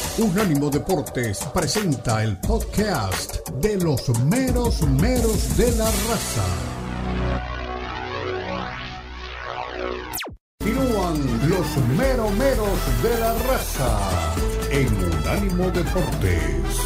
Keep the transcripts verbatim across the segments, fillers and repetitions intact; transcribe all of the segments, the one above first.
Unánimo Deportes presenta el podcast de los meros meros de la raza. Continúan los mero meros de la raza en Unánimo Deportes.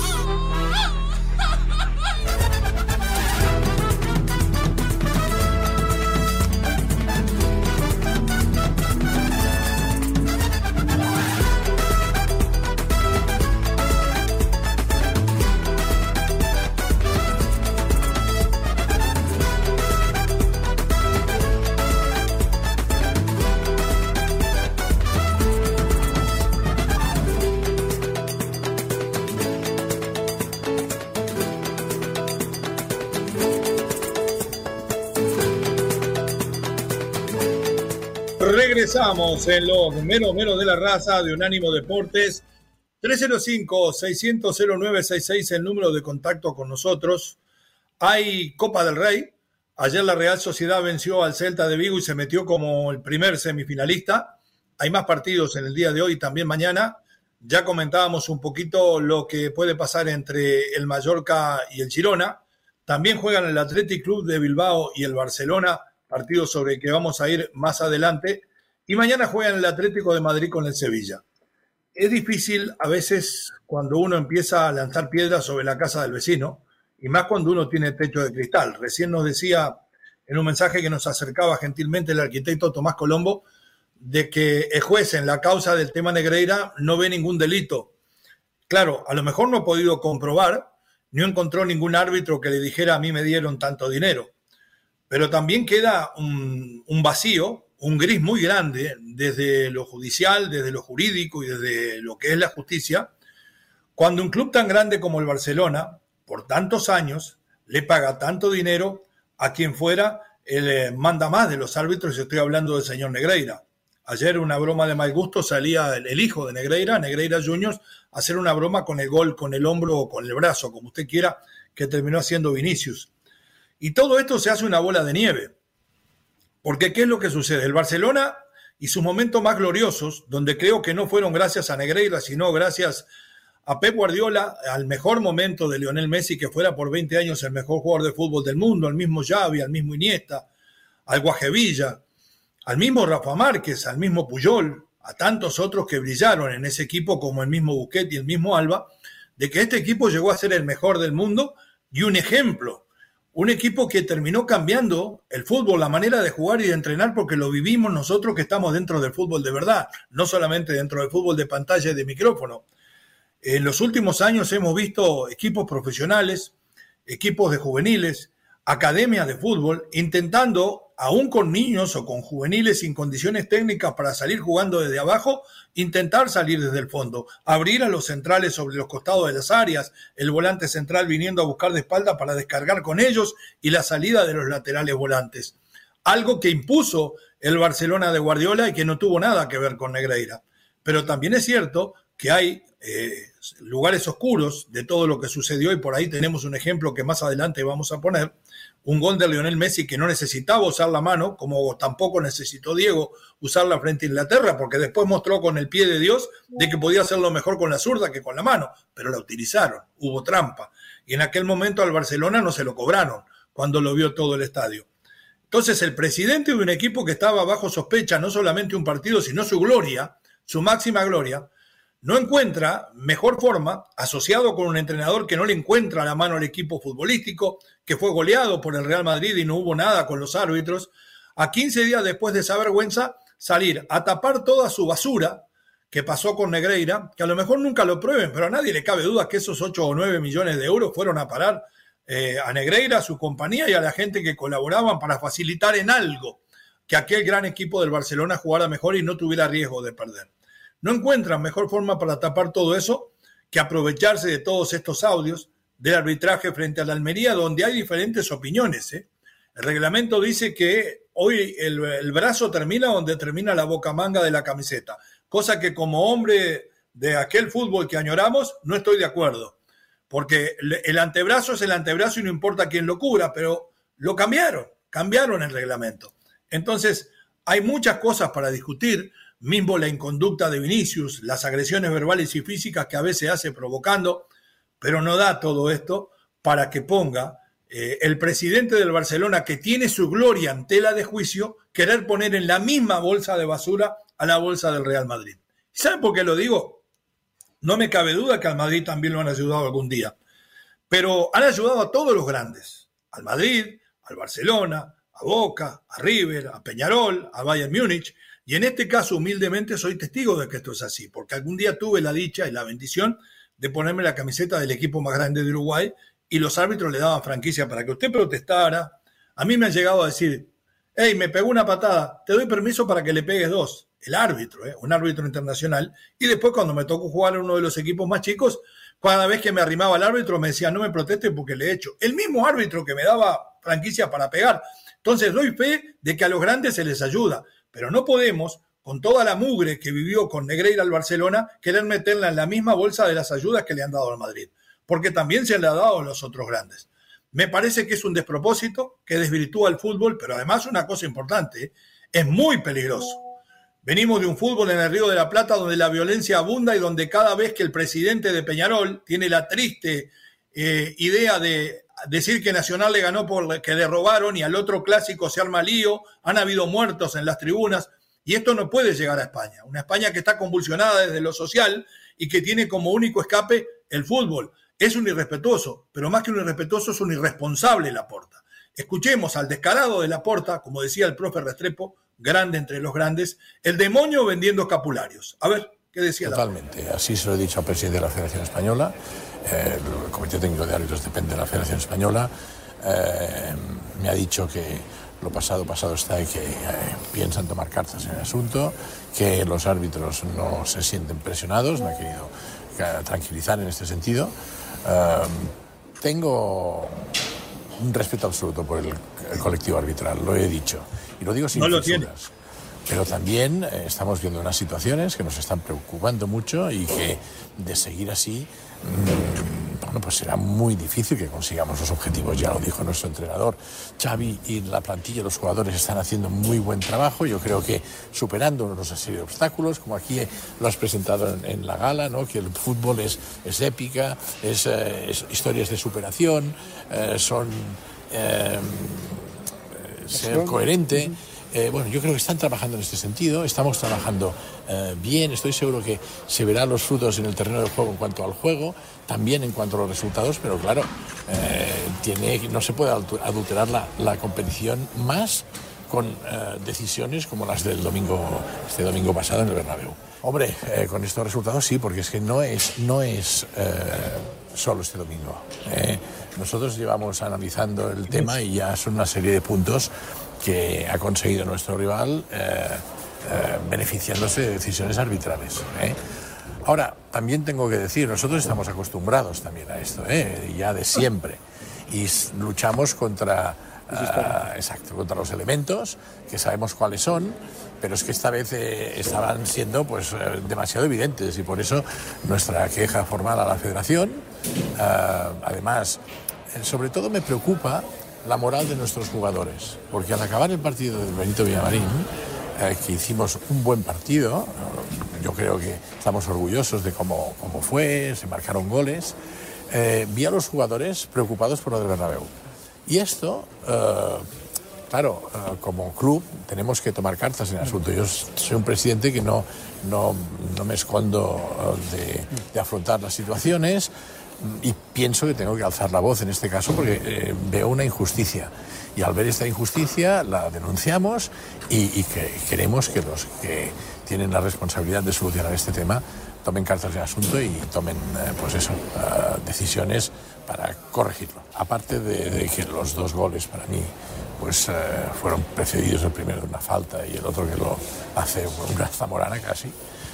Regresamos en los meros meros de la raza de Unánimo Deportes. Tres cero cinco, seiscientos, cero nueve sesenta y seis el número de contacto con nosotros. Hay Copa del Rey. Ayer la Real Sociedad venció al Celta de Vigo y se metió como el primer semifinalista. Hay más partidos en el día de hoy y también mañana. Ya comentábamos un poquito lo que puede pasar entre el Mallorca y el Girona. También juegan el Athletic Club de Bilbao y el Barcelona, partido sobre el que vamos a ir más adelante. Y mañana juegan el Atlético de Madrid con el Sevilla. Es difícil a veces cuando uno empieza a lanzar piedras sobre la casa del vecino, y más cuando uno tiene techo de cristal. Recién nos decía en un mensaje que nos acercaba gentilmente el arquitecto Tomás Colombo, de que el juez en la causa del tema Negreira no ve ningún delito. Claro, a lo mejor no ha podido comprobar, no encontró ningún árbitro que le dijera a mí me dieron tanto dinero. Pero también queda un, un vacío, un gris muy grande desde lo judicial, desde lo jurídico y desde lo que es la justicia, cuando un club tan grande como el Barcelona, por tantos años, le paga tanto dinero a quien fuera el eh, manda más de los árbitros, y estoy hablando del señor Negreira. Ayer una broma de mal gusto salía el, el hijo de Negreira, Negreira junior, a hacer una broma con el gol, con el hombro o con el brazo, como usted quiera, que terminó haciendo Vinicius. Y todo esto se hace una bola de nieve. Porque ¿qué es lo que sucede? El Barcelona y sus momentos más gloriosos, donde creo que no fueron gracias a Negreira, sino gracias a Pep Guardiola, al mejor momento de Lionel Messi, que fuera por veinte años el mejor jugador de fútbol del mundo, al mismo Xavi, al mismo Iniesta, al Guajevilla, al mismo Rafa Márquez, al mismo Puyol, a tantos otros que brillaron en ese equipo, como el mismo Busquets y el mismo Alba, de que este equipo llegó a ser el mejor del mundo y un ejemplo. Un equipo que terminó cambiando el fútbol, la manera de jugar y de entrenar, porque lo vivimos nosotros que estamos dentro del fútbol de verdad, no solamente dentro del fútbol de pantalla y de micrófono. En los últimos años hemos visto equipos profesionales, equipos de juveniles, academias de fútbol, intentando, aún con niños o con juveniles sin condiciones técnicas para salir jugando desde abajo, intentar salir desde el fondo, abrir a los centrales sobre los costados de las áreas, el volante central viniendo a buscar de espalda para descargar con ellos y la salida de los laterales volantes. Algo que impuso el Barcelona de Guardiola y que no tuvo nada que ver con Negreira. Pero también es cierto que hay eh, lugares oscuros de todo lo que sucedió, y por ahí tenemos un ejemplo que más adelante vamos a poner, un gol de Lionel Messi que no necesitaba usar la mano, como tampoco necesitó Diego usarla frente a Inglaterra, porque después mostró con el pie de Dios de que podía hacerlo mejor con la zurda que con la mano, pero la utilizaron, hubo trampa, y en aquel momento al Barcelona no se lo cobraron cuando lo vio todo el estadio. Entonces el presidente de un equipo que estaba bajo sospecha no solamente un partido, sino su gloria, su máxima gloria, no encuentra mejor forma, asociado con un entrenador que no le encuentra la mano al equipo futbolístico, que fue goleado por el Real Madrid y no hubo nada con los árbitros, a quince días después de esa vergüenza, salir a tapar toda su basura que pasó con Negreira, que a lo mejor nunca lo prueben, pero a nadie le cabe duda que esos ocho o nueve millones de euros fueron a parar eh, a Negreira, a su compañía y a la gente que colaboraban para facilitar en algo que aquel gran equipo del Barcelona jugara mejor y no tuviera riesgo de perder. No encuentran mejor forma para tapar todo eso que aprovecharse de todos estos audios del arbitraje frente a la Almería, donde hay diferentes opiniones, ¿eh? El reglamento dice que hoy el, el brazo termina donde termina la bocamanga de la camiseta, cosa que como hombre de aquel fútbol que añoramos no estoy de acuerdo, porque el antebrazo es el antebrazo y no importa quién lo cubra, pero lo cambiaron, cambiaron el reglamento. Entonces hay muchas cosas para discutir. mismo la inconducta de Vinicius, las agresiones verbales y físicas que a veces hace provocando, pero no da todo esto para que ponga eh, el presidente del Barcelona, que tiene su gloria en tela de juicio, querer poner en la misma bolsa de basura a la bolsa del Real Madrid. ¿Y saben por qué lo digo? No me cabe duda que al Madrid también lo han ayudado algún día, pero han ayudado a todos los grandes, al Madrid, al Barcelona, a Boca, a River, a Peñarol, a Bayern Múnich, y en este caso humildemente soy testigo de que esto es así, porque algún día tuve la dicha y la bendición de ponerme la camiseta del equipo más grande de Uruguay y los árbitros le daban franquicia para que usted protestara. A mí me han llegado a decir, hey, me pegó una patada, te doy permiso para que le pegues dos. El árbitro, ¿eh? Un árbitro internacional. Y después cuando me tocó jugar en uno de los equipos más chicos, cada vez que me arrimaba al árbitro me decía, no me protestes porque le he hecho. El mismo árbitro que me daba franquicia para pegar. Entonces doy fe de que a los grandes se les ayuda, pero no podemos, con toda la mugre que vivió con Negreira al Barcelona, querer meterla en la misma bolsa de las ayudas que le han dado al Madrid, porque también se le ha dado a los otros grandes. Me parece que es un despropósito que desvirtúa el fútbol, pero además una cosa importante, ¿eh? Es muy peligroso. Venimos de un fútbol en el Río de la Plata donde la violencia abunda y donde cada vez que el presidente de Peñarol tiene la triste eh, idea de decir que Nacional le ganó porque le robaron y al otro clásico se arma lío, han habido muertos en las tribunas y esto no puede llegar a España. Una España que está convulsionada desde lo social y que tiene como único escape el fútbol. Es un irrespetuoso, pero más que un irrespetuoso es un irresponsable Laporta. Escuchemos al descarado de Laporta, como decía el profe Restrepo, grande entre los grandes, el demonio vendiendo escapularios. A ver, ¿qué decía Laporta? Totalmente, así se lo he dicho al presidente de la Federación Española. Eh, el Comité Técnico de Árbitros depende de la Federación Española. Eh, me ha dicho que lo pasado, pasado está y que eh, piensan tomar cartas en el asunto, que los árbitros no se sienten presionados, me ha querido tranquilizar en este sentido. Eh, tengo un respeto absoluto por el, el colectivo arbitral, lo he dicho, y lo digo sin no fisuras. Lo tienes. Pero también eh, estamos viendo unas situaciones que nos están preocupando mucho y que de seguir así, mmm, bueno, pues será muy difícil que consigamos los objetivos. Ya lo dijo nuestro entrenador. Xavi y la plantilla, los jugadores están haciendo muy buen trabajo. Yo creo que superando una serie de obstáculos, como aquí lo has presentado en, en la gala, ¿no? Que el fútbol es, es épica, es, eh, es historias de superación, eh, son eh, ser coherente. Eh, bueno, yo creo que están trabajando en este sentido, estamos trabajando eh, bien, estoy seguro que se verán los frutos en el terreno del juego en cuanto al juego, también en cuanto a los resultados, pero claro, eh, tiene, no se puede adulterar la, la competición más con eh, decisiones como las del domingo, este domingo pasado en el Bernabéu. Hombre, eh, con estos resultados sí, porque es que no es, no es eh, solo este domingo. Eh, nosotros llevamos analizando el tema y ya son una serie de puntos que ha conseguido nuestro rival eh, eh, beneficiándose de decisiones arbitrales. ¿eh? Ahora, también tengo que decir, nosotros estamos acostumbrados también a esto, ¿eh? ya de siempre, y luchamos contra, uh, exacto, contra los elementos, que sabemos cuáles son, pero es que esta vez eh, estaban siendo pues, eh, demasiado evidentes, y por eso nuestra queja formal a la Federación. Uh, además, eh, sobre todo me preocupa la moral de nuestros jugadores, porque al acabar el partido del Benito Villamarín, eh, que hicimos un buen partido, yo creo que estamos orgullosos de cómo, cómo fue, se marcaron goles, eh, vi a los jugadores preocupados por lo del Bernabéu. Y esto, eh, claro, eh, como club tenemos que tomar cartas en el asunto. Yo soy un presidente que no, no, no me escondo de, de afrontar las situaciones, y pienso que tengo que alzar la voz en este caso porque eh, veo una injusticia y al ver esta injusticia la denunciamos y, y que queremos que los que tienen la responsabilidad de solucionar este tema tomen cartas en el asunto y tomen eh, pues eso, uh, decisiones para corregirlo. Aparte de, de que los dos goles para mí pues, uh, fueron precedidos, el primero de una falta y el otro que lo hace una zamorana casi,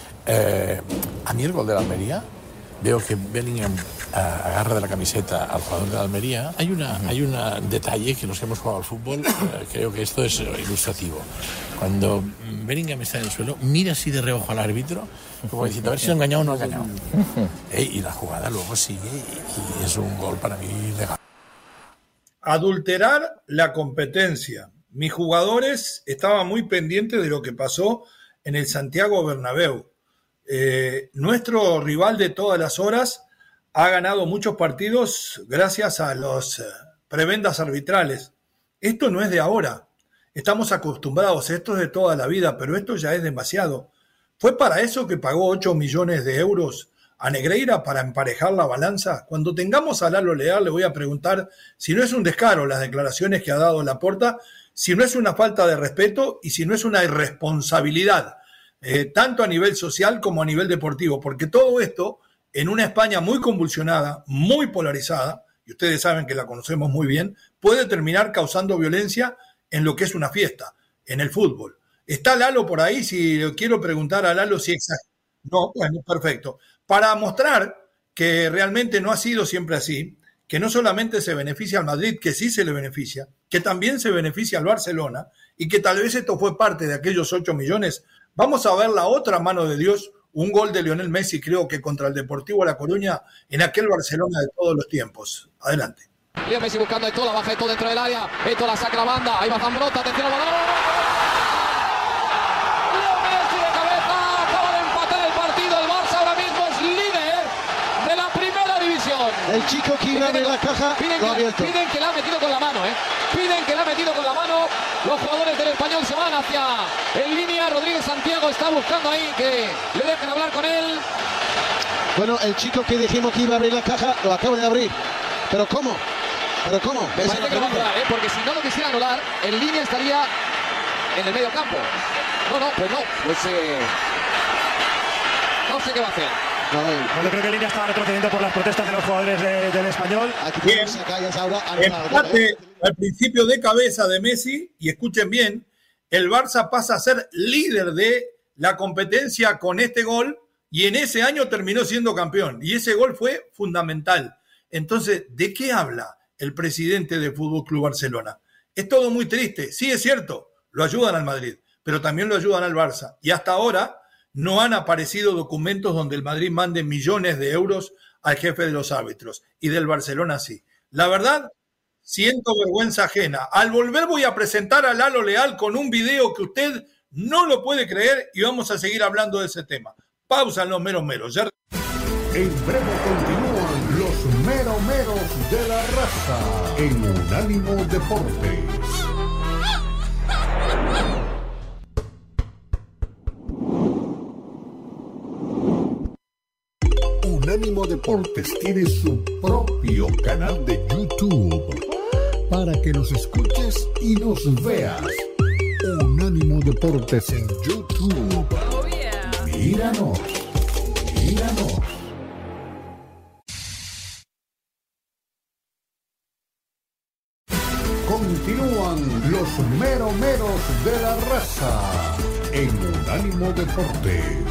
eh, a mí el gol de la Almería, veo que Bellingham uh, agarra de la camiseta al jugador de la Almería. Hay una, uh-huh. hay un detalle que los que hemos jugado al fútbol, uh, creo que esto es ilustrativo. Cuando Bellingham está en el suelo, mira así de reojo al árbitro, como diciendo, a ver si lo ha engañado o no ha engañado. eh, y la jugada luego sigue y, y es un gol para mí legal. Adulterar la competencia. Mis jugadores estaban muy pendientes de lo que pasó en el Santiago Bernabéu. Eh, nuestro rival de todas las horas ha ganado muchos partidos gracias a las eh, prebendas arbitrales. Esto no es de ahora. Estamos acostumbrados, esto es de toda la vida, pero esto ya es demasiado. ¿Fue para eso que pagó ocho millones de euros a Negreira para emparejar la balanza? Cuando tengamos a Lalo Leal le voy a preguntar si no es un descaro las declaraciones que ha dado Laporta, si no es una falta de respeto y si no es una irresponsabilidad, eh, tanto a nivel social como a nivel deportivo, porque todo esto en una España muy convulsionada, muy polarizada, y ustedes saben que la conocemos muy bien, puede terminar causando violencia en lo que es una fiesta, en el fútbol. ¿Está Lalo por ahí? Si le quiero preguntar a Lalo si exagera. No, bueno, perfecto. Para mostrar que realmente no ha sido siempre así, que no solamente se beneficia al Madrid, que sí se le beneficia, que también se beneficia al Barcelona y que tal vez esto fue parte de aquellos ocho millones. Vamos a ver la otra mano de Dios, un gol de Lionel Messi, creo que contra el Deportivo La Coruña, en aquel Barcelona de todos los tiempos. Adelante. Leo Messi buscando a Eto'o, la baja Eto'o dentro del área, Eto'o la saca la banda, ahí va Zambrota, atención al balón. Leo Messi de cabeza, acaba de empatar el partido, el Barça ahora mismo es líder de la primera división. El chico que iba de la caja piden lo ha que, abierto. piden que la ha metido con la mano, ¿eh? Piden que la ha metido con la mano, los jugadores del Español se van hacia en línea, Rodríguez Santiago está buscando ahí que le dejen hablar con él. Bueno, el chico que dijimos que iba a abrir la caja lo acaba de abrir. ¿Pero cómo? ¿Pero cómo? Me parece que lo va a anular, ¿eh? Porque si no lo quisiera anular, en línea estaría en el medio campo. No, no, pues no, pues eh, no sé qué va a hacer. No, no, Bueno, creo que Línea estaba retrocediendo por las protestas de los jugadores de, del Español. aquí Bien. se callas ahora. Empate al principio de cabeza de Messi, y escuchen bien, el Barça pasa a ser líder de la competencia con este gol, y en ese año terminó siendo campeón, y ese gol fue fundamental. Entonces, ¿de qué habla el presidente del Fútbol Club Barcelona? Es todo muy triste. Sí, es cierto, lo ayudan al Madrid, pero también lo ayudan al Barça. Y hasta ahora no han aparecido documentos donde el Madrid mande millones de euros al jefe de los árbitros. Y del Barcelona sí. La verdad, siento vergüenza ajena. Al volver voy a presentar a Lalo Leal con un video que usted no lo puede creer y vamos a seguir hablando de ese tema. Pausa en los meros meros. Ya... En breve continúan los meromeros de la raza en Unánimo Deportes. Unánimo Deportes tiene su propio canal de YouTube para que nos escuches y nos veas. Unánimo Deportes en YouTube. Oh, yeah. Míranos, míranos. Continúan los meromeros de la raza en Unánimo Deportes.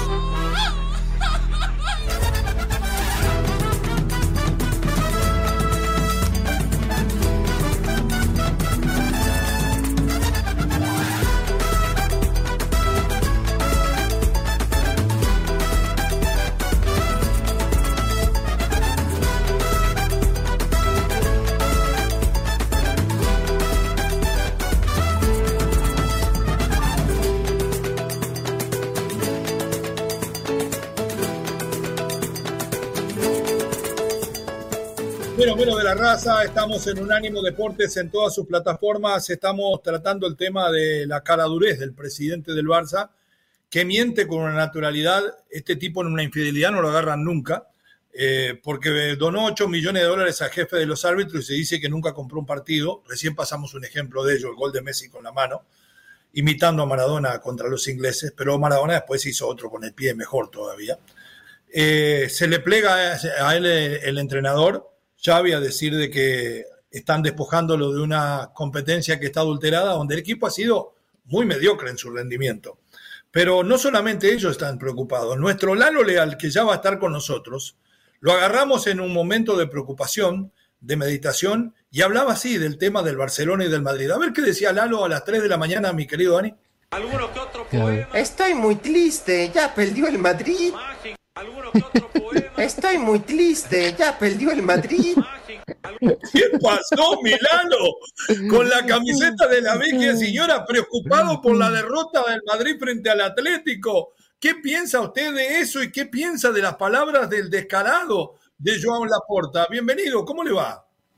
Bueno, bueno, de la raza, estamos en Unánimo Deportes en todas sus plataformas, estamos tratando el tema de la caradurez del presidente del Barça, que miente con una naturalidad. Este tipo en una infidelidad no lo agarran nunca, eh, porque donó ocho millones de dólares al jefe de los árbitros y se dice que nunca compró un partido. Recién pasamos un ejemplo de ello, el gol de Messi con la mano, imitando a Maradona contra los ingleses, pero Maradona después hizo otro con el pie mejor todavía. Eh, se le plega a él el, el entrenador Xavi a decir de que están despojándolo de una competencia que está adulterada, donde el equipo ha sido muy mediocre en su rendimiento. Pero no solamente ellos están preocupados. Nuestro Lalo Leal, que ya va a estar con nosotros, lo agarramos en un momento de preocupación, de meditación, y hablaba así del tema del Barcelona y del Madrid. A ver qué decía Lalo a las tres de la mañana, mi querido Dani. Algunos que otros poemas. Estoy muy triste, ya perdió el Madrid. Algunos que otros poemas. Estoy muy triste, ya perdió el Madrid. ¿Qué pasó, Milano? Con la camiseta de la vieja señora, preocupado por la derrota del Madrid frente al Atlético. ¿Qué piensa usted de eso y qué piensa de las palabras del descarado de Joan Laporta? Bienvenido, ¿cómo le va?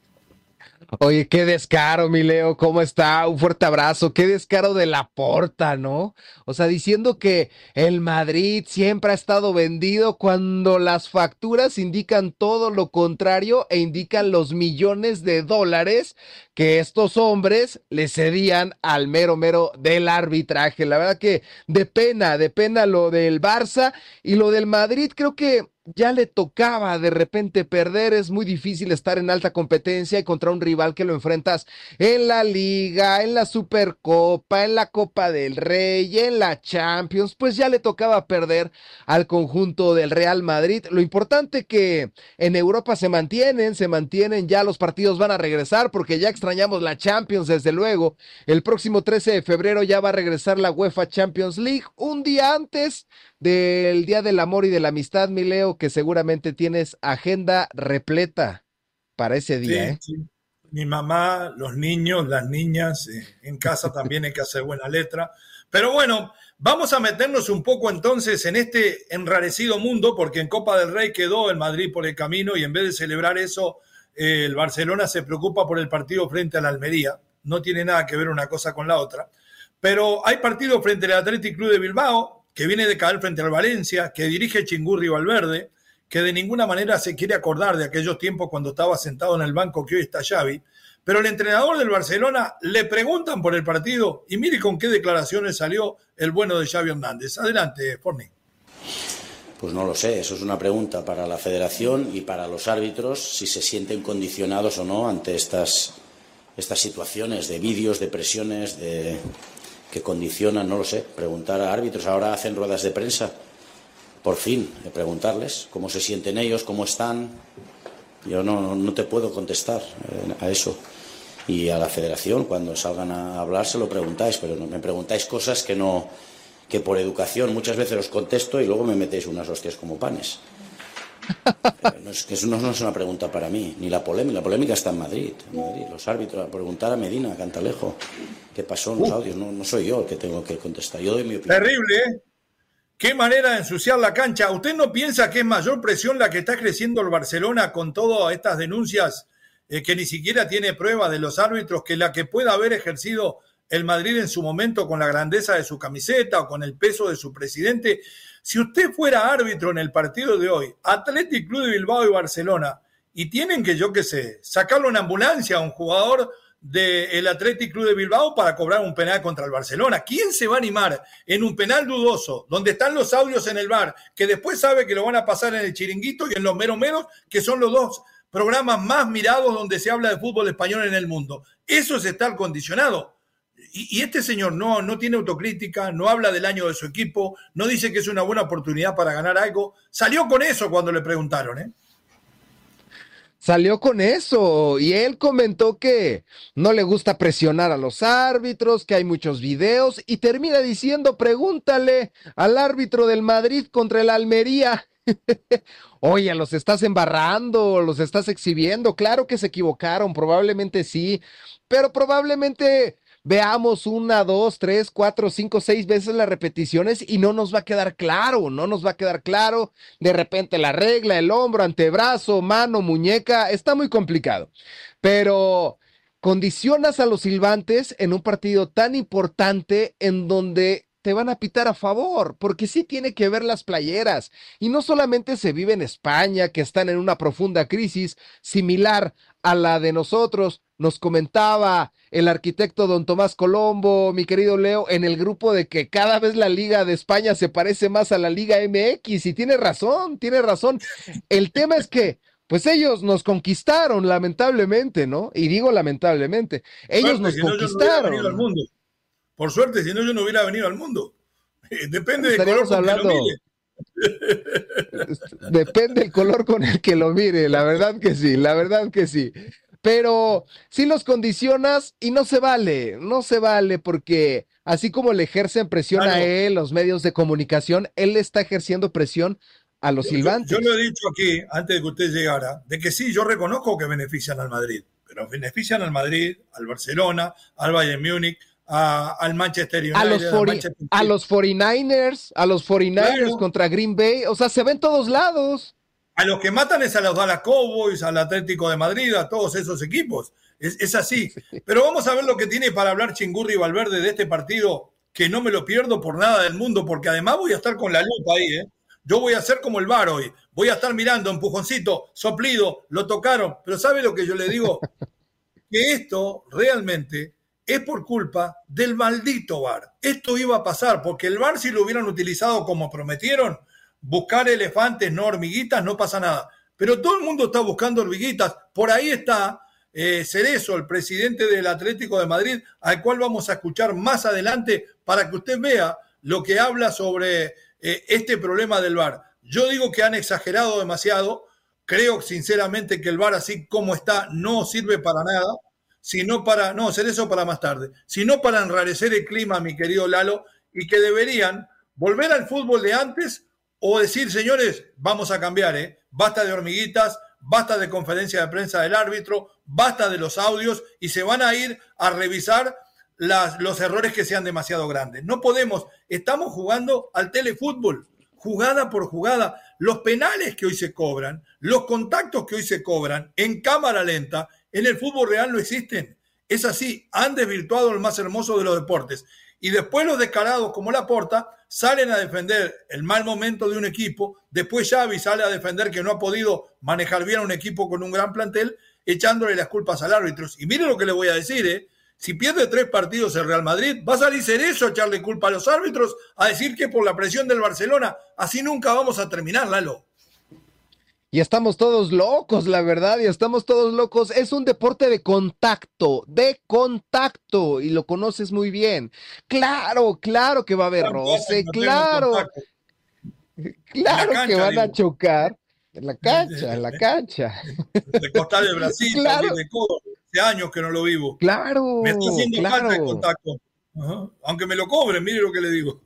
Oye, qué descaro, mi Leo, ¿cómo está? Un fuerte abrazo, qué descaro de Laporta, ¿no? O sea, diciendo que el Madrid siempre ha estado vendido cuando las facturas indican todo lo contrario e indican los millones de dólares que estos hombres le cedían al mero mero del arbitraje. La verdad que de pena, de pena lo del Barça y lo del Madrid, creo que ya le tocaba de repente perder. Es muy difícil estar en alta competencia y contra un rival que lo enfrentas en la Liga, en la Supercopa, en la Copa del Rey, en la Champions, pues ya le tocaba perder al conjunto del Real Madrid. Lo importante que en Europa se mantienen, se mantienen, ya los partidos van a regresar porque ya extrañamos la Champions desde luego. El próximo trece de febrero ya va a regresar la UEFA Champions League, un día antes del Día del Amor y de la Amistad, mi Leo, que seguramente tienes agenda repleta para ese día. Sí, ¿eh? Sí. Mi mamá, los niños, las niñas, eh, en casa también hay que hacer buena letra. Pero bueno, vamos a meternos un poco entonces en este enrarecido mundo, porque en Copa del Rey quedó el Madrid por el camino y en vez de celebrar eso, eh, el Barcelona se preocupa por el partido frente al Almería. No tiene nada que ver una cosa con la otra. Pero hay partido frente al Athletic Club de Bilbao, que viene de caer frente al Valencia, que dirige Chingurri Valverde, que de ninguna manera se quiere acordar de aquellos tiempos cuando estaba sentado en el banco que hoy está Xavi, pero el entrenador del Barcelona le preguntan por el partido y mire con qué declaraciones salió el bueno de Xavi Hernández. Adelante, Forni. Pues no lo sé, eso es una pregunta para la federación y para los árbitros, si se sienten condicionados o no ante estas, estas situaciones de vídeos, de presiones, de... que condicionan, no lo sé, preguntar a árbitros. Ahora hacen ruedas de prensa, por fin, de preguntarles cómo se sienten ellos, cómo están. Yo no, no te puedo contestar a eso. Y a la federación, cuando salgan a hablar, se lo preguntáis, pero no me preguntáis cosas que no, que por educación muchas veces os contesto y luego me metéis unas hostias como panes. No es, que eso no, no es una pregunta para mí, ni la polémica. La polémica está en Madrid, en Madrid. Los árbitros, a preguntar a Medina, a Cantalejo, qué pasó en los audios. No, no soy yo el que tengo que contestar. Yo doy mi opinión. Terrible, ¿eh? Qué manera de ensuciar la cancha. ¿Usted no piensa que es mayor presión la que está creciendo el Barcelona con todas estas denuncias eh, que ni siquiera tiene prueba de los árbitros que la que pueda haber ejercido el Madrid en su momento con la grandeza de su camiseta o con el peso de su presidente? Si usted fuera árbitro en el partido de hoy, Athletic Club de Bilbao y Barcelona, y tienen que, yo qué sé, sacarlo en ambulancia a un jugador del Athletic Club de Bilbao para cobrar un penal contra el Barcelona, ¿quién se va a animar en un penal dudoso, donde están los audios en el V A R, que después sabe que lo van a pasar en el Chiringuito y en los Mero Meros, que son los dos programas más mirados donde se habla de fútbol español en el mundo? Eso es estar condicionado. Y, y este señor no, no tiene autocrítica, no habla del año de su equipo, no dice que es una buena oportunidad para ganar algo. Salió con eso cuando le preguntaron, ¿eh? Salió con eso y él comentó que no le gusta presionar a los árbitros, que hay muchos videos y termina diciendo, pregúntale al árbitro del Madrid contra el Almería. Oye, los estás embarrando, los estás exhibiendo. Claro que se equivocaron, probablemente sí, pero probablemente veamos una, dos, tres, cuatro, cinco, seis veces las repeticiones y no nos va a quedar claro, no nos va a quedar claro. De repente la regla, el hombro, antebrazo, mano, muñeca, está muy complicado. Pero condicionas a los silbantes en un partido tan importante en donde te van a pitar a favor, porque sí tiene que ver las playeras. Y no solamente se vive en España, que están en una profunda crisis similar a la de nosotros. Nos comentaba el arquitecto don Tomás Colombo, mi querido Leo, en el grupo de que cada vez la Liga de España se parece más a la Liga M X, y tiene razón, tiene razón. El tema es que, pues ellos nos conquistaron, lamentablemente, ¿no? Y digo lamentablemente, ellos nos conquistaron. No al mundo. Por suerte, si no yo no hubiera venido al mundo. Depende del color con hablando... que lo mire. Depende del color con el que lo mire, la verdad que sí, la verdad que sí. Pero sí los condicionas y no se vale, no se vale porque así como le ejercen presión claro. a él, los medios de comunicación, él está ejerciendo presión a los yo, silbantes. Yo, yo lo he dicho aquí, antes de que usted llegara, de que sí, yo reconozco que benefician al Madrid, pero benefician al Madrid, al Barcelona, al Bayern Múnich, a, al Manchester United, a los, Manchester a los cuarenta y nueve ers, a los cuarenta y nueve ers claro. contra Green Bay, o sea, se ven todos lados. A los que matan es a los Dallas Cowboys, al Atlético de Madrid, a todos esos equipos. Es, es así. Pero vamos a ver lo que tiene para hablar Chingurri y Valverde de este partido, que no me lo pierdo por nada del mundo, porque además voy a estar con la lupa ahí, ¿eh? Yo voy a hacer como el V A R hoy. Voy a estar mirando, empujoncito, soplido, lo tocaron. Pero ¿sabe lo que yo le digo? Que esto realmente es por culpa del maldito V A R. Esto iba a pasar, porque el V A R, si lo hubieran utilizado como prometieron, buscar elefantes, no hormiguitas, no pasa nada. Pero todo el mundo está buscando hormiguitas. Por ahí está eh, Cerezo, el presidente del Atlético de Madrid, al cual vamos a escuchar más adelante para que usted vea lo que habla sobre eh, este problema del V A R. Yo digo que han exagerado demasiado. Creo sinceramente que el V A R, así como está, no sirve para nada, sino para, no, Cerezo para más tarde, sino para enrarecer el clima, mi querido Lalo, y que deberían volver al fútbol de antes o decir, señores, vamos a cambiar, ¿eh? Basta de hormiguitas, basta de conferencia de prensa del árbitro, basta de los audios y se van a ir a revisar las, los errores que sean demasiado grandes. No podemos, estamos jugando al telefútbol, jugada por jugada. Los penales que hoy se cobran, los contactos que hoy se cobran en cámara lenta, en el fútbol real no existen. Es así, han desvirtuado el más hermoso de los deportes. Y después los descarados como Laporta salen a defender el mal momento de un equipo, después Xavi sale a defender que no ha podido manejar bien a un equipo con un gran plantel, echándole las culpas al árbitro. Y mire lo que le voy a decir, ¿eh? Si pierde tres partidos el Real Madrid, va a salir Cerezo a echarle culpa a los árbitros, a decir que por la presión del Barcelona, así nunca vamos a terminar, Lalo. Y estamos todos locos, la verdad, y estamos todos locos. Es un deporte de contacto, de contacto, y lo conoces muy bien. Claro, claro que va a haber roce, claro. Claro que van a chocar. En la cancha, en la cancha. De Costa de Brasil, claro. De codo. Hace años que no lo vivo. Claro. Me está haciendo claro. falta el contacto. Ajá. Aunque me lo cobren, mire lo que le digo.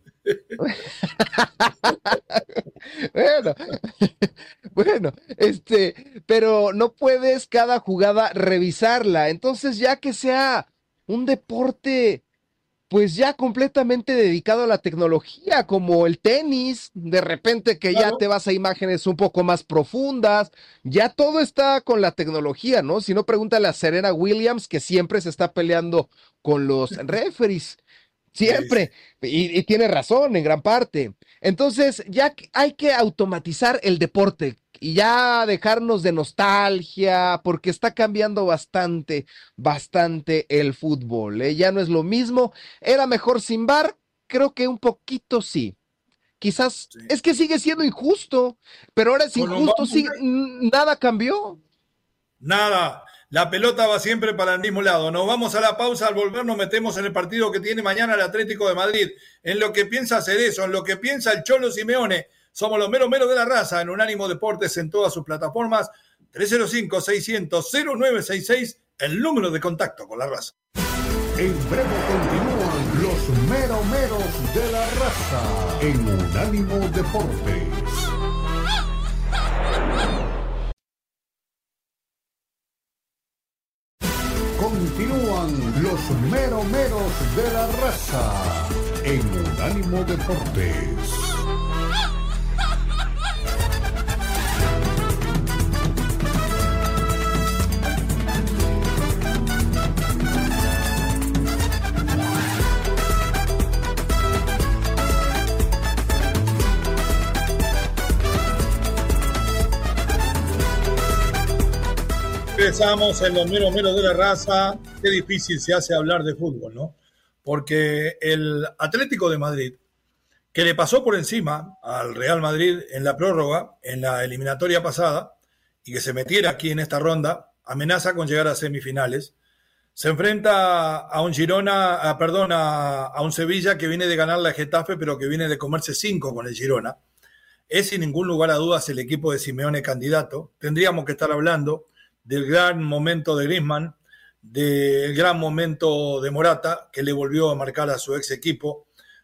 bueno, bueno, este, pero no puedes cada jugada revisarla. Entonces, ya que sea un deporte, pues ya completamente dedicado a la tecnología, como el tenis, de repente que claro. ya te vas a imágenes un poco más profundas, ya todo está con la tecnología, ¿no? Si no, pregúntale a Serena Williams, que siempre se está peleando con los referees. Siempre, y, y tiene razón en gran parte. Entonces ya hay que automatizar el deporte y ya dejarnos de nostalgia, porque está cambiando bastante, bastante el fútbol, ¿eh? Ya no es lo mismo. Era mejor sin V A R, creo que un poquito sí. Quizás, sí. Es que sigue siendo injusto, pero ahora es injusto, sigue, nada cambió. Nada. La pelota va siempre para el mismo lado. Nos vamos a la pausa. Al volver nos metemos en el partido que tiene mañana el Atlético de Madrid. En lo que piensa Cerezo, en lo que piensa el Cholo Simeone. Somos los meros meros de la raza en Unánimo Deportes en todas sus plataformas. tres cero cinco, seiscientos, cero nueve seis seis, el número de contacto con la raza. En breve continúan los meros meros de la raza en Unánimo Deportes. Continúan los mero meros de la raza en Unánimo Deportes. Empezamos en los meros meros de la raza. Qué difícil se hace hablar de fútbol, ¿no? Porque el Atlético de Madrid, que le pasó por encima al Real Madrid en la prórroga, en la eliminatoria pasada, y que se metiera aquí en esta ronda, amenaza con llegar a semifinales. Se enfrenta a un Girona, a, perdón, a, a un Sevilla que viene de ganar la Getafe, pero que viene de comerse cinco con el Girona. Es sin ningún lugar a dudas el equipo de Simeone candidato. Tendríamos que estar hablando del gran momento de Griezmann, del gran momento de Morata, que le volvió a marcar a su ex equipo,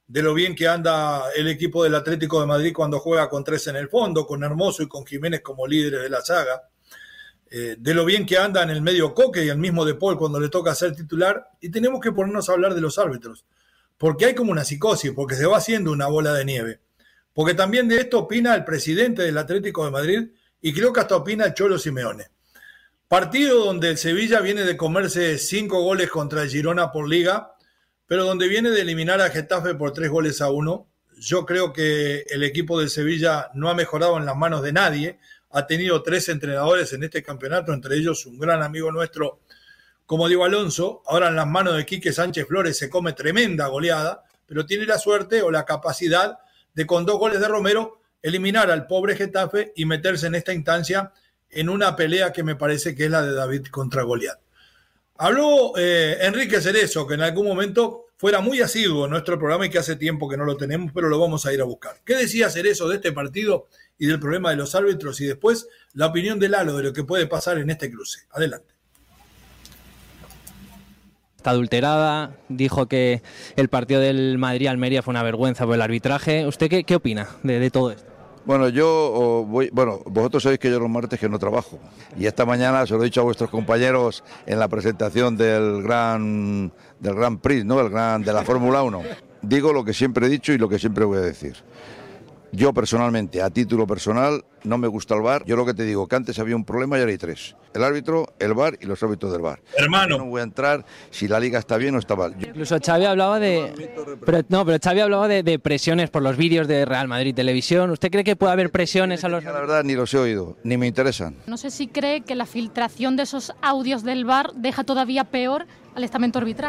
de lo bien que anda el equipo del Atlético de Madrid cuando juega con tres en el fondo, con Hermoso y con Jiménez como líderes de la saga, eh, de lo bien que anda en el medio Coque y el mismo De Paul cuando le toca ser titular, y tenemos que ponernos a hablar de los árbitros, porque hay como una psicosis, porque se va haciendo una bola de nieve, porque también de esto opina el presidente del Atlético de Madrid y creo que hasta opina el Cholo Simeone. Partido donde el Sevilla viene de comerse cinco goles contra el Girona por liga, pero donde viene de eliminar a Getafe por tres goles a uno. Yo creo que el equipo del Sevilla no ha mejorado en las manos de nadie, ha tenido tres entrenadores en este campeonato, entre ellos un gran amigo nuestro como Diego Alonso. Ahora en las manos de Quique Sánchez Flores se come tremenda goleada, pero tiene la suerte o la capacidad de con dos goles de Romero eliminar al pobre Getafe y meterse en esta instancia en una pelea que me parece que es la de David contra Goliat. Habló eh, Enrique Cerezo, que en algún momento fuera muy asiduo en nuestro programa y que hace tiempo que no lo tenemos, pero lo vamos a ir a buscar. ¿Qué decía Cerezo de este partido y del problema de los árbitros? Y después la opinión de Lalo de lo que puede pasar en este cruce. Adelante. Está adulterada, dijo que el partido del Madrid-Almería fue una vergüenza por el arbitraje. ¿Usted qué, qué opina de, de todo esto? Bueno, yo voy, bueno, vosotros sabéis que yo los martes que no trabajo y esta mañana se lo he dicho a vuestros compañeros en la presentación del Gran del Gran Prix, ¿no? El Gran de la Fórmula uno. Digo lo que siempre he dicho y lo que siempre voy a decir. Yo personalmente, a título personal, no me gusta el V A R. Yo lo que te digo, que antes había un problema y ahora hay tres. El árbitro, el V A R y los árbitros del V A R. Hermano. Yo no voy a entrar si la liga está bien o está mal. Yo... Incluso Xavi hablaba de... Pero, no, pero Xavi hablaba de, de presiones por los vídeos de Real Madrid Televisión. ¿Usted cree que puede haber presiones a los... La verdad, ni los he oído, ni me interesan. No sé si cree que la filtración de esos audios del V A R deja todavía peor al estamento arbitral.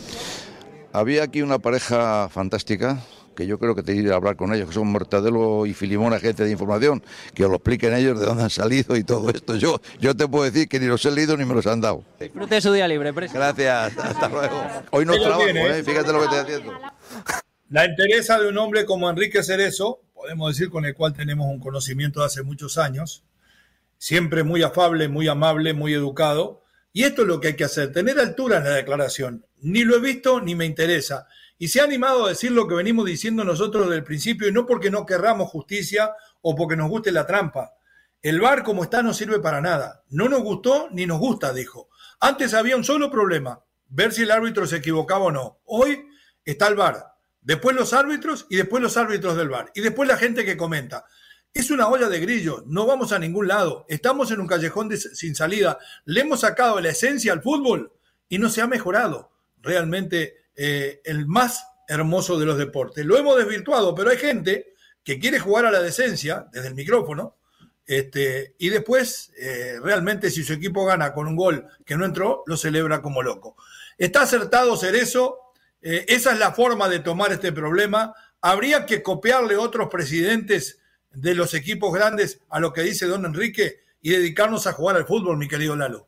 Había aquí una pareja fantástica, que yo creo que te iré a hablar con ellos, que son Mortadelo y Filimón, agente de información, que os lo expliquen ellos de dónde han salido y todo esto. Yo yo te puedo decir que ni los he leído ni me los han dado. Disfrute su día libre, presidente. Gracias, hasta luego. Hoy no trabajo, ¿eh? Fíjate lo que estoy haciendo. La entereza de un hombre como Enrique Cerezo, podemos decir con el cual tenemos un conocimiento de hace muchos años, siempre muy afable, muy amable, muy educado, y esto es lo que hay que hacer, tener altura en la declaración. Ni lo he visto ni me interesa. Y se ha animado a decir lo que venimos diciendo nosotros desde el principio, y no porque no querramos justicia o porque nos guste la trampa. El V A R como está no sirve para nada. No nos gustó ni nos gusta, dijo. Antes había un solo problema, ver si el árbitro se equivocaba o no. Hoy está el V A R, después los árbitros y después los árbitros del V A R. Y después la gente que comenta. Es una olla de grillo, no vamos a ningún lado. Estamos en un callejón de, sin salida. Le hemos sacado la esencia al fútbol y no se ha mejorado. Realmente... Eh, el más hermoso de los deportes. Lo hemos desvirtuado, pero hay gente que quiere jugar a la decencia desde el micrófono este, y después eh, realmente si su equipo gana con un gol que no entró, lo celebra como loco. Está acertado Cerezo, eh, esa es la forma de tomar este problema. Habría que copiarle otros presidentes de los equipos grandes a lo que dice don Enrique y dedicarnos a jugar al fútbol, mi querido Lalo.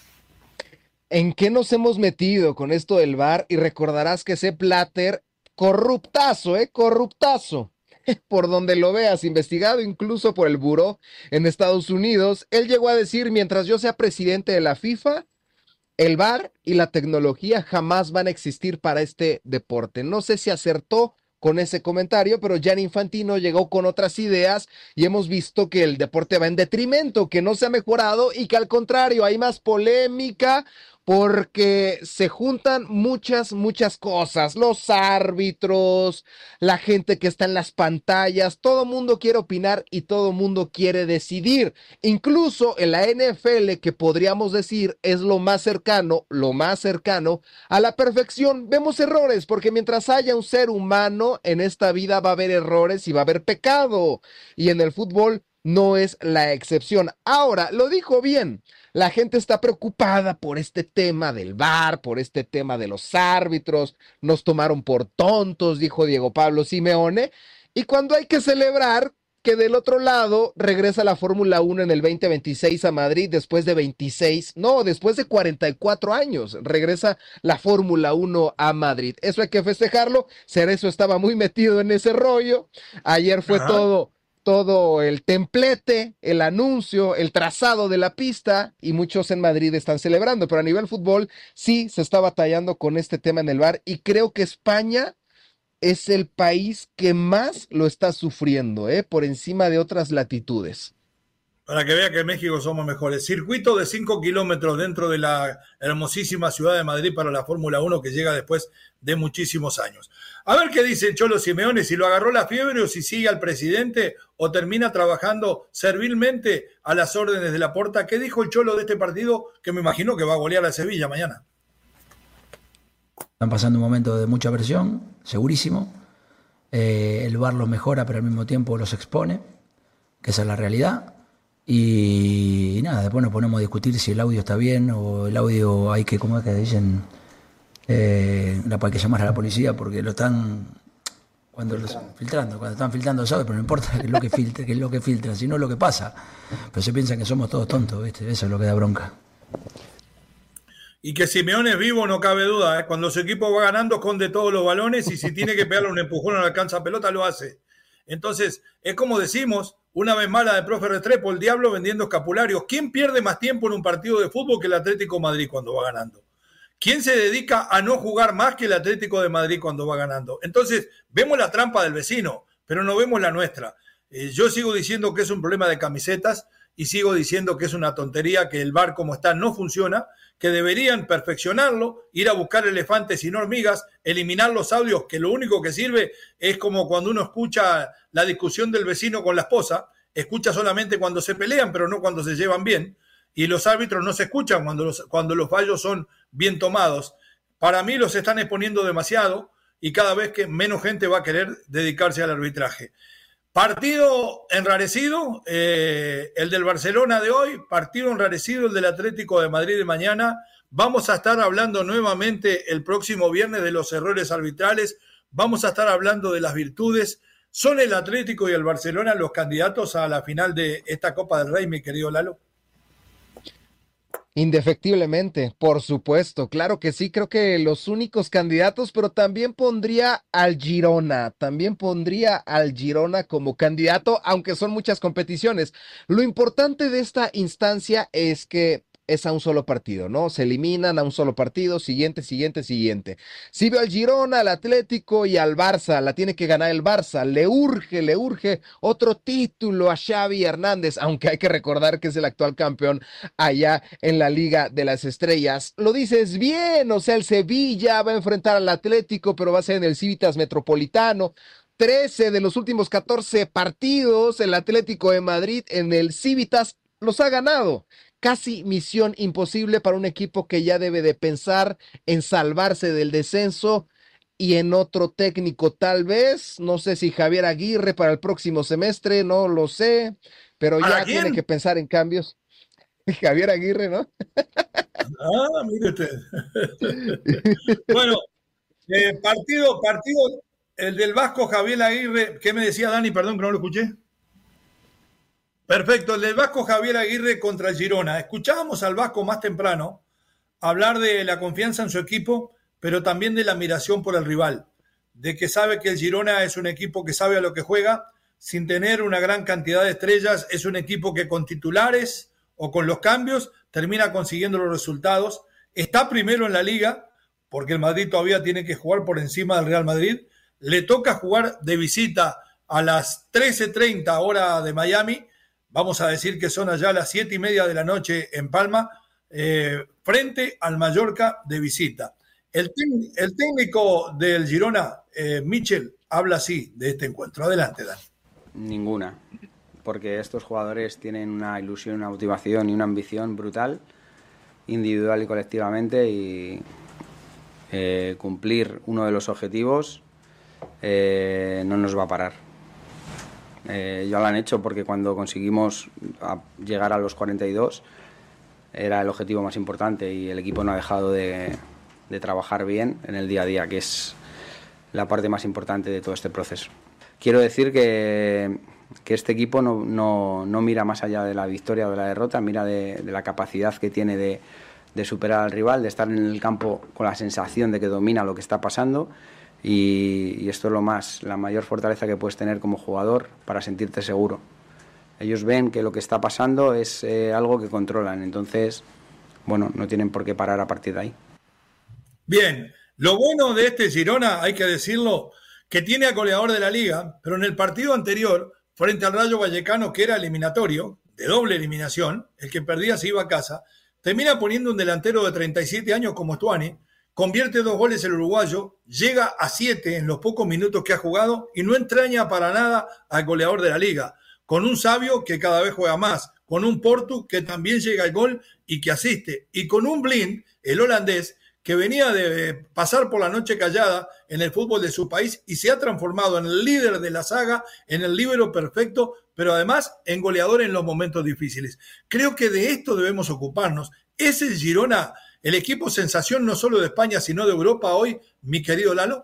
¿En qué nos hemos metido con esto del V A R? Y recordarás que Sepp Blatter, corruptazo, ¿eh? Corruptazo. Por donde lo veas, investigado incluso por el Buró en Estados Unidos, él llegó a decir, mientras yo sea presidente de la FIFA, el V A R y la tecnología jamás van a existir para este deporte. No sé si acertó con ese comentario, pero Gianni Infantino llegó con otras ideas y hemos visto que el deporte va en detrimento, que no se ha mejorado y que al contrario hay más polémica porque se juntan muchas, muchas cosas, los árbitros, la gente que está en las pantallas, todo mundo quiere opinar y todo mundo quiere decidir. Incluso en la N F L, que podríamos decir es lo más cercano, lo más cercano a la perfección, vemos errores, porque mientras haya un ser humano en esta vida va a haber errores y va a haber pecado, y en el fútbol no es la excepción. Ahora, lo dijo bien, la gente está preocupada por este tema del V A R, por este tema de los árbitros, nos tomaron por tontos, dijo Diego Pablo Simeone, y cuando hay que celebrar que del otro lado regresa la Fórmula uno en el veinte veintiséis a Madrid después de veintiséis, no, después de cuarenta y cuatro años, regresa la Fórmula uno a Madrid. Eso hay que festejarlo, Cerezo estaba muy metido en ese rollo, ayer fue Ajá. todo... todo el templete, el anuncio, el trazado de la pista y muchos en Madrid están celebrando, pero a nivel fútbol sí se está batallando con este tema en el V A R y creo que España es el país que más lo está sufriendo, ¿eh? Por encima de otras latitudes. Para que vea que en México somos mejores. Circuito de cinco kilómetros dentro de la hermosísima ciudad de Madrid para la Fórmula uno que llega después de muchísimos años. A ver qué dice el Cholo Simeone, si lo agarró la fiebre o si sigue al presidente o termina trabajando servilmente a las órdenes de Laporta. ¿Qué dijo el Cholo de este partido? Que me imagino que va a golear a Sevilla mañana. Están pasando un momento de mucha presión, segurísimo. Eh, el V A R los mejora, pero al mismo tiempo los expone, que esa es la realidad. Y, y nada, después nos ponemos a discutir si el audio está bien o el audio hay que, ¿cómo es que dicen? Eh, hay que llamar a la policía porque lo están cuando filtrando. Los, filtrando, cuando están filtrando los audios, pero no importa qué es lo que filtra, qué es lo que filtra, sino lo que pasa. Pero se piensan que somos todos tontos, ¿viste? Eso es lo que da bronca. Y que Simeone es vivo, no cabe duda, ¿eh? Cuando su equipo va ganando, esconde todos los balones y si tiene que pegarle un empujón o no alcanza pelota, lo hace. Entonces, es como decimos, una vez más la de profe Restrepo, el diablo vendiendo escapularios. ¿Quién pierde más tiempo en un partido de fútbol que el Atlético de Madrid cuando va ganando? ¿Quién se dedica a no jugar más que el Atlético de Madrid cuando va ganando? Entonces, vemos la trampa del vecino, pero no vemos la nuestra. Eh, yo sigo diciendo que es un problema de camisetas y sigo diciendo que es una tontería, que el V A R como está no funciona, que deberían perfeccionarlo, ir a buscar elefantes y no hormigas, eliminar los audios, que lo único que sirve es como cuando uno escucha la discusión del vecino con la esposa, escucha solamente cuando se pelean, pero no cuando se llevan bien, y los árbitros no se escuchan cuando los, cuando los fallos son bien tomados. Para mí los están exponiendo demasiado y cada vez que menos gente va a querer dedicarse al arbitraje. Partido enrarecido, eh, el del Barcelona de hoy, partido enrarecido el del Atlético de Madrid de mañana. Vamos a estar hablando nuevamente el próximo viernes de los errores arbitrales, vamos a estar hablando de las virtudes. ¿Son el Atlético y el Barcelona los candidatos a la final de esta Copa del Rey, mi querido Lalo? Indefectiblemente, por supuesto, claro que sí, creo que los únicos candidatos, pero también pondría al Girona, también pondría al Girona como candidato, aunque son muchas competiciones. Lo importante de esta instancia es que es a un solo partido, ¿no? Se eliminan a un solo partido, siguiente, siguiente, siguiente. Si veo al Girona, al Atlético y al Barça, la tiene que ganar el Barça, le urge, le urge otro título a Xavi Hernández, aunque hay que recordar que es el actual campeón allá en la Liga de las Estrellas. Lo dices bien, o sea, el Sevilla va a enfrentar al Atlético, pero va a ser en el Civitas Metropolitano. trece de los últimos catorce partidos, el Atlético de Madrid en el Civitas los ha ganado. Casi misión imposible para un equipo que ya debe de pensar en salvarse del descenso y en otro técnico tal vez, no sé si Javier Aguirre para el próximo semestre, no lo sé, pero ya tiene que pensar en cambios. Javier Aguirre, ¿no? Ah, mire usted. Bueno, eh, partido, partido, el del Vasco Javier Aguirre, ¿qué me decía Dani? Perdón que no lo escuché. Perfecto, el del Vasco Javier Aguirre contra el Girona. Escuchábamos al Vasco más temprano hablar de la confianza en su equipo, pero también de la admiración por el rival, de que sabe que el Girona es un equipo que sabe a lo que juega, sin tener una gran cantidad de estrellas, es un equipo que con titulares o con los cambios termina consiguiendo los resultados. Está primero en la Liga, porque el Madrid todavía tiene que jugar por encima del Real Madrid. Le toca jugar de visita a las trece treinta hora de Miami. Vamos a decir que son allá las siete y media de la noche en Palma, eh, frente al Mallorca de visita. El, el técnico del Girona, eh, Michel, habla así de este encuentro. Adelante, Dan. Ninguna, porque estos jugadores tienen una ilusión, una motivación y una ambición brutal, individual y colectivamente, y eh, cumplir uno de los objetivos eh, no nos va a parar. Eh, ya lo han hecho porque cuando conseguimos a llegar a los cuarenta y dos era el objetivo más importante y el equipo no ha dejado de, de trabajar bien en el día a día, que es la parte más importante de todo este proceso. Quiero decir que, que este equipo no, no, no mira más allá de la victoria o de la derrota, mira de, de la capacidad que tiene de, de superar al rival, de estar en el campo con la sensación de que domina lo que está pasando. Y, y esto es lo más, la mayor fortaleza que puedes tener como jugador para sentirte seguro. Ellos ven que lo que está pasando es eh, algo que controlan, entonces, bueno, no tienen por qué parar a partir de ahí. Bien, lo bueno de este Girona, hay que decirlo, que tiene al goleador de la liga, pero en el partido anterior, frente al Rayo Vallecano, que era eliminatorio, de doble eliminación, el que perdía se iba a casa, termina poniendo un delantero de treinta y siete años como Stuani, convierte dos goles el uruguayo, llega a siete en los pocos minutos que ha jugado y no entraña para nada al goleador de la liga, con un Sabio que cada vez juega más, con un Portu que también llega al gol y que asiste, y con un Blind, el holandés, que venía de pasar por la noche callada en el fútbol de su país y se ha transformado en el líder de la saga, en el líbero perfecto, pero además en goleador en los momentos difíciles. Creo que de esto debemos ocuparnos. ¿Es el Girona el equipo sensación no solo de España, sino de Europa hoy, mi querido Lalo?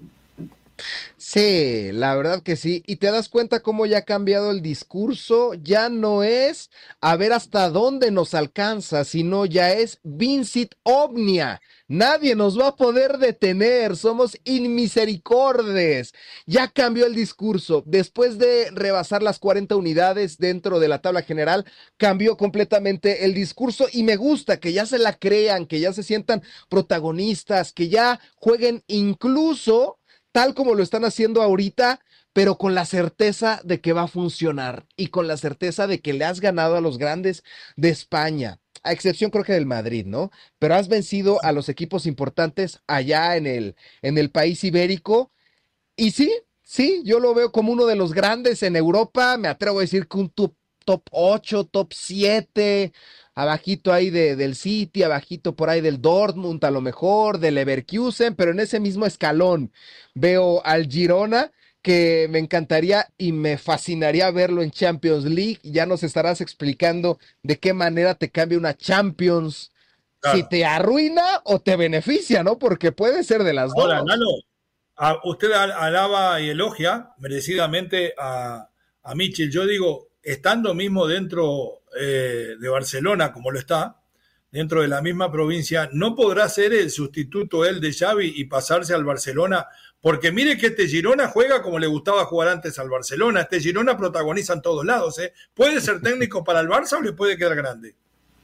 Sí, la verdad que sí, y te das cuenta cómo ya ha cambiado el discurso, ya no es a ver hasta dónde nos alcanza, sino ya es Vincit Omnia, nadie nos va a poder detener, somos inmisericordes, ya cambió el discurso, después de rebasar las cuarenta unidades dentro de la tabla general, cambió completamente el discurso y me gusta que ya se la crean, que ya se sientan protagonistas, que ya jueguen incluso tal como lo están haciendo ahorita, pero con la certeza de que va a funcionar y con la certeza de que le has ganado a los grandes de España, a excepción creo que del Madrid, ¿no? Pero has vencido a los equipos importantes allá en el, en el país ibérico y sí, sí, yo lo veo como uno de los grandes en Europa, me atrevo a decir que un top, top ocho, top siete, abajito ahí de, del City, abajito por ahí del Dortmund, a lo mejor, del Leverkusen, pero en ese mismo escalón veo al Girona, que me encantaría y me fascinaría verlo en Champions League. Ya nos estarás explicando de qué manera te cambia una Champions, claro, si te arruina o te beneficia, ¿no? Porque puede ser de las Ahora, dos. Nano, a, usted alaba y elogia merecidamente a, a Michel. Yo digo, estando mismo dentro eh, de Barcelona, como lo está, dentro de la misma provincia, no podrá ser el sustituto él de Xavi y pasarse al Barcelona, porque mire que este Girona juega como le gustaba jugar antes al Barcelona, este Girona protagoniza en todos lados, ¿eh? Puede ser técnico para el Barça o le puede quedar grande.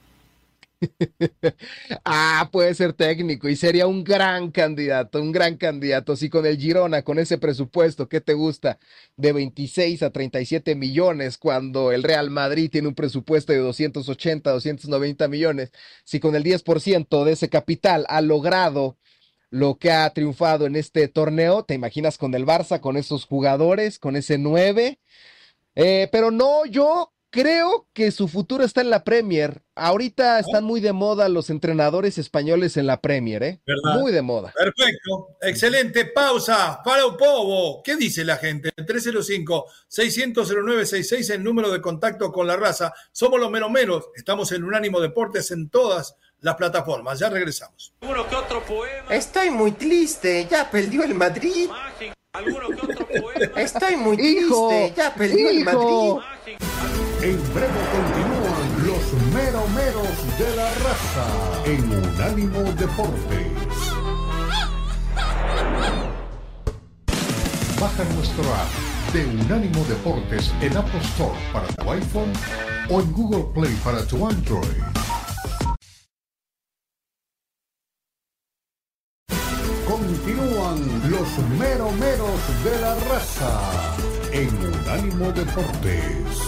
Ah, puede ser técnico y sería un gran candidato, un gran candidato. Si con el Girona, con ese presupuesto, ¿qué te gusta? De veintiséis a treinta y siete millones, cuando el Real Madrid tiene un presupuesto de doscientos ochenta, doscientos noventa millones. Si con el diez por ciento de ese capital ha logrado lo que ha triunfado en este torneo, ¿te imaginas con el Barça, con esos jugadores, con ese nueve? Eh, pero no, yo creo que su futuro está en la Premier. Ahorita están muy de moda los entrenadores españoles en la Premier, ¿eh? ¿Verdad? Muy de moda. Perfecto, excelente, pausa, para un povo. ¿Qué dice la gente? tres cero cinco, seiscientos, cero nueve sesenta y seis, el número de contacto con la raza. Somos los meromeros, estamos en Unánimo Deportes en todas las plataformas. Ya regresamos. Estoy muy triste, ya perdió el Madrid. Estoy muy Hijo, triste, ya perdió el hijo. Madrid. En breve continúan los meromeros de la raza en Unánimo Deportes. Baja nuestro app de Unánimo Deportes en Apple Store para tu iPhone o en Google Play para tu Android. Continúan los meromeros de la raza en Unánimo Deportes.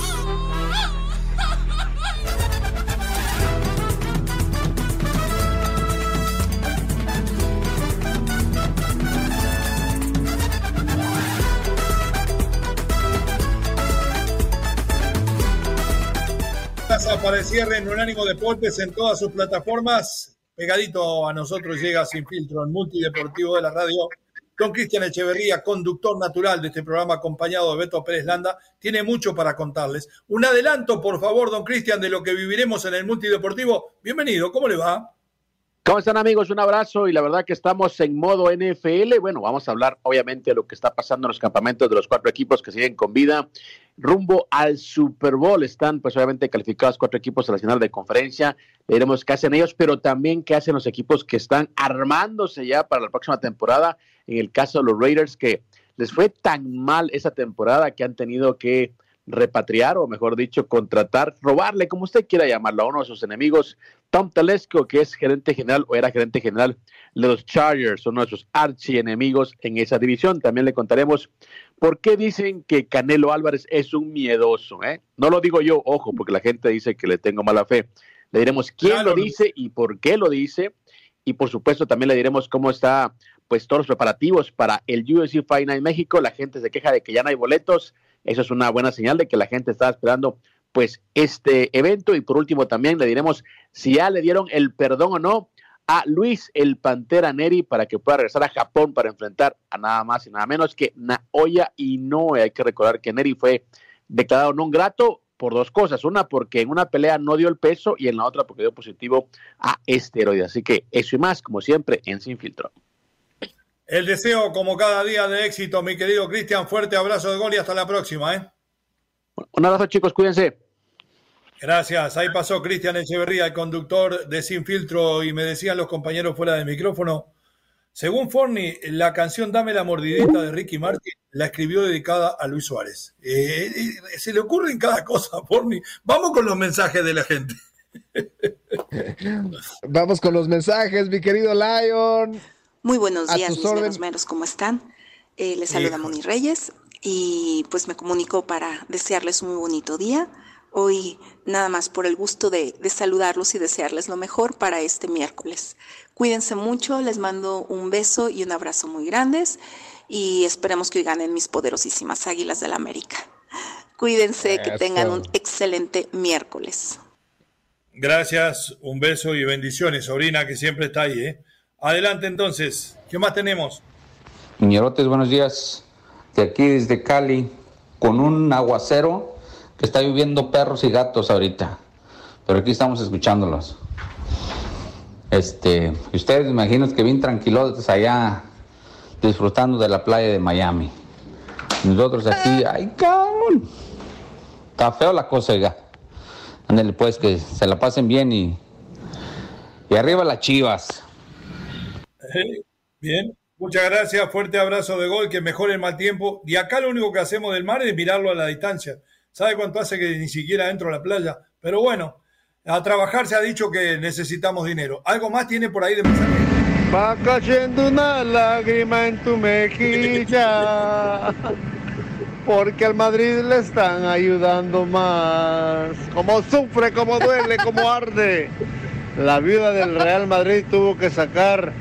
Para el cierre en Unánimo Deportes en todas sus plataformas. Pegadito a nosotros llega Sin Filtro, el multideportivo de la radio. Don Cristian Echeverría, conductor natural de este programa, acompañado de Beto Pérez Landa, tiene mucho para contarles. Un adelanto, por favor, don Cristian, de lo que viviremos en el multideportivo. Bienvenido, ¿cómo le va? ¿Cómo están, amigos? Un abrazo y la verdad que estamos en modo N F L. Bueno, vamos a hablar obviamente de lo que está pasando en los campamentos de los cuatro equipos que siguen con vida rumbo al Super Bowl. Están pues obviamente calificados cuatro equipos a la final de conferencia. Veremos qué hacen ellos, pero también qué hacen los equipos que están armándose ya para la próxima temporada. En el caso de los Raiders, que les fue tan mal esa temporada que han tenido que repatriar, o mejor dicho, contratar, robarle, como usted quiera llamarlo, a uno de sus enemigos, Tom Telesco, que es gerente general o era gerente general de los Chargers, uno de sus archienemigos en esa división. También le contaremos por qué dicen que Canelo Álvarez es un miedoso, ¿eh? No lo digo yo, ojo, porque la gente dice que le tengo mala fe. Le diremos quién claro. lo dice y por qué lo dice, y por supuesto también le diremos cómo está pues todos los preparativos para el U F C Fight Night México. La gente se queja de que ya no hay boletos. Eso es una buena señal de que la gente está esperando pues este evento. Y por último también le diremos si ya le dieron el perdón o no a Luis el Pantera Neri para que pueda regresar a Japón para enfrentar a nada más y nada menos que Naoya Inoue. Hay que recordar que Neri fue declarado non grato por dos cosas. Una, porque en una pelea no dio el peso, y en la otra porque dio positivo a esteroides. Así que eso y más, como siempre, en Sin Filtro. El deseo, como cada día, de éxito, mi querido Cristian. Fuerte abrazo de gol y hasta la próxima, ¿eh? Un abrazo, chicos, cuídense. Gracias. Ahí pasó Cristian Echeverría, el conductor de Sin Filtro, y me decían los compañeros fuera del micrófono, según Forni, la canción Dame la mordidita de Ricky Martin la escribió dedicada a Luis Suárez. Eh, eh, se le ocurre en cada cosa, Forni. Vamos con los mensajes de la gente. Vamos con los mensajes, mi querido Lion. Muy buenos días, mis meros meros, ¿cómo están? Eh, les saluda sí. Moni Reyes, y pues me comunico para desearles un muy bonito día. Hoy nada más por el gusto de, de saludarlos y desearles lo mejor para este miércoles. Cuídense mucho, les mando un beso y un abrazo muy grandes, y esperemos que hoy ganen mis poderosísimas Águilas del América. Cuídense, Eso. que tengan un excelente miércoles. Gracias, un beso y bendiciones, sobrina, que siempre está ahí, ¿eh? Adelante entonces, ¿qué más tenemos? Miñerotes, buenos días. De aquí desde Cali, con un aguacero que está lloviendo perros y gatos ahorita. Pero aquí estamos escuchándolos. Este, ustedes me imagino que bien tranquilos allá disfrutando de la playa de Miami. Nosotros aquí, ¡ay, cabrón! Está feo la cosa, oiga. Ándale pues, que se la pasen bien y, y arriba las Chivas. Bien, muchas gracias, fuerte abrazo de gol, que mejore el mal tiempo. Y acá lo único que hacemos del mar es mirarlo a la distancia. ¿Sabe cuánto hace que ni siquiera entro a la playa? Pero bueno, a trabajar. Se ha dicho que necesitamos dinero. ¿Algo más tiene por ahí de mensaje? Va cayendo una lágrima en tu mejilla, porque al Madrid le están ayudando más. Como sufre, como duele, como arde. La viuda del Real Madrid tuvo que sacar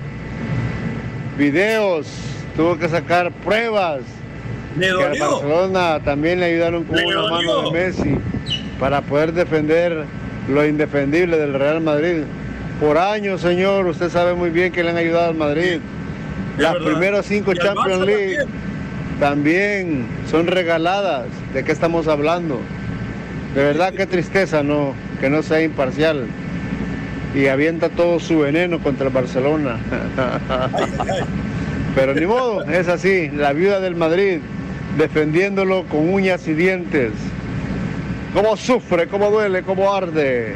videos, tuvo que sacar pruebas. Le que al Barcelona también le ayudaron con le una dolió. mano de Messi para poder defender lo indefendible del Real Madrid. Por años, señor, usted sabe muy bien que le han ayudado al Madrid. Sí, Las primeras cinco Champions League también. también son regaladas. ¿De qué estamos hablando? De verdad, qué tristeza, ¿no? Que no sea imparcial y avienta todo su veneno contra el Barcelona. Ay, ay. Pero ni modo, es así, la viuda del Madrid defendiéndolo con uñas y dientes. Cómo sufre, cómo duele, cómo arde.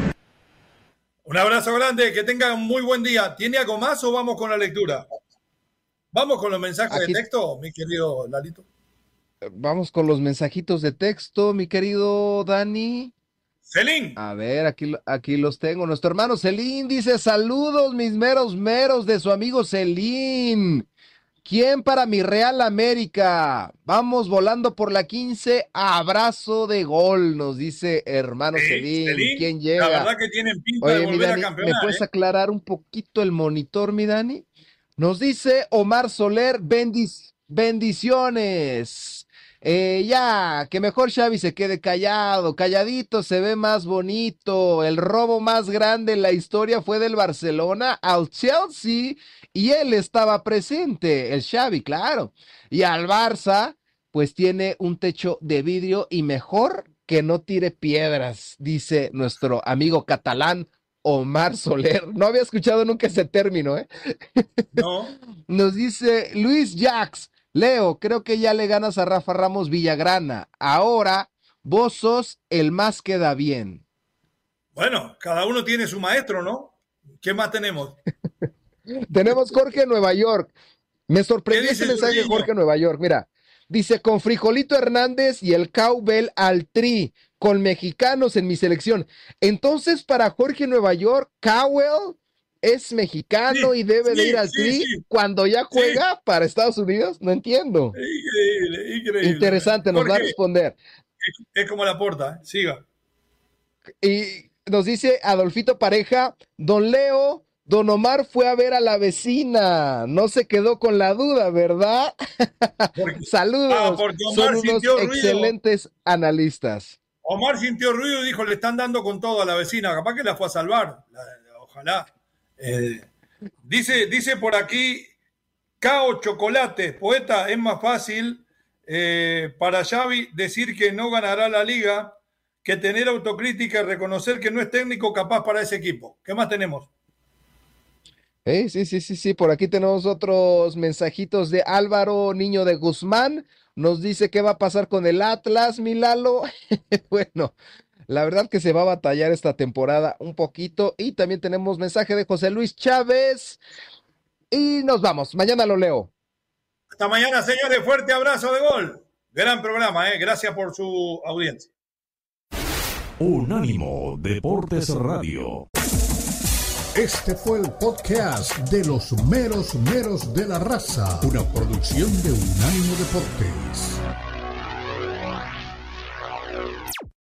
Un abrazo grande, que tengan un muy buen día. ¿Tiene algo más o vamos con la lectura? Vamos con los mensajes Aquí... de texto, mi querido Lalito. Vamos con los mensajitos de texto, mi querido Dani. Celín. A ver, aquí, aquí los tengo. Nuestro hermano Celín dice: saludos, mis meros meros, de su amigo Celín. ¿Quién para mi Real América? Vamos volando por la quince. Abrazo de gol, nos dice hermano sí, Celín. Celín. ¿Quién llega? La verdad que tienen pinta Oye, de volver Dani, a campeonar. ¿me puedes ¿eh? aclarar un poquito el monitor, mi Dani? Nos dice Omar Soler: bendic bendiciones. Eh, ya, que mejor Xavi se quede callado, calladito se ve más bonito. El robo más grande en la historia fue del Barcelona al Chelsea y él estaba presente, el Xavi, claro. Y al Barça, pues tiene un techo de vidrio y mejor que no tire piedras, dice nuestro amigo catalán Omar Soler. No había escuchado nunca ese término, ¿eh? No. Nos dice Luis Jax: Leo, creo que ya le ganas a Rafa Ramos Villagrana. Ahora vos sos el más que da bien. Bueno, cada uno tiene su maestro, ¿no? ¿Qué más tenemos? Tenemos Jorge Nueva York. Me sorprendió ese mensaje de Jorge Nueva York. Mira, Dice, con Frijolito Hernández y el Cowbell al tri, con mexicanos en mi selección. Entonces, para Jorge Nueva York, Cowell es mexicano sí, y debe sí, de ir al sí, tri sí. cuando ya juega sí. para Estados Unidos. No entiendo. Increíble, increíble. Interesante, nos Jorge, va a responder. Es como la porta, ¿eh? Siga. Y nos dice Adolfito Pareja, don Leo, don Omar fue a ver a la vecina, no se quedó con la duda, ¿verdad? Porque, Saludos, ah, son unos excelentes analistas. Omar sintió ruido y dijo, le están dando con todo a la vecina, capaz que la fue a salvar, la, ojalá. Eh, dice, dice por aquí, Cao Chocolate, poeta, es más fácil eh, para Xavi decir que no ganará la liga que tener autocrítica y reconocer que no es técnico capaz para ese equipo. ¿Qué más tenemos? Eh, sí, sí, sí, sí, por aquí tenemos otros mensajitos de Álvaro Niño de Guzmán, nos dice qué va a pasar con el Atlas, mi Lalo. Bueno, la verdad que se va a batallar esta temporada un poquito, y también tenemos mensaje de José Luis Chávez, y nos vamos, mañana lo leo. Hasta mañana, señores, fuerte abrazo de gol, gran programa, eh, gracias por su audiencia. Unánimo Deportes Radio. Este fue el podcast de los meros meros de la raza, una producción de Unánimo Deportes.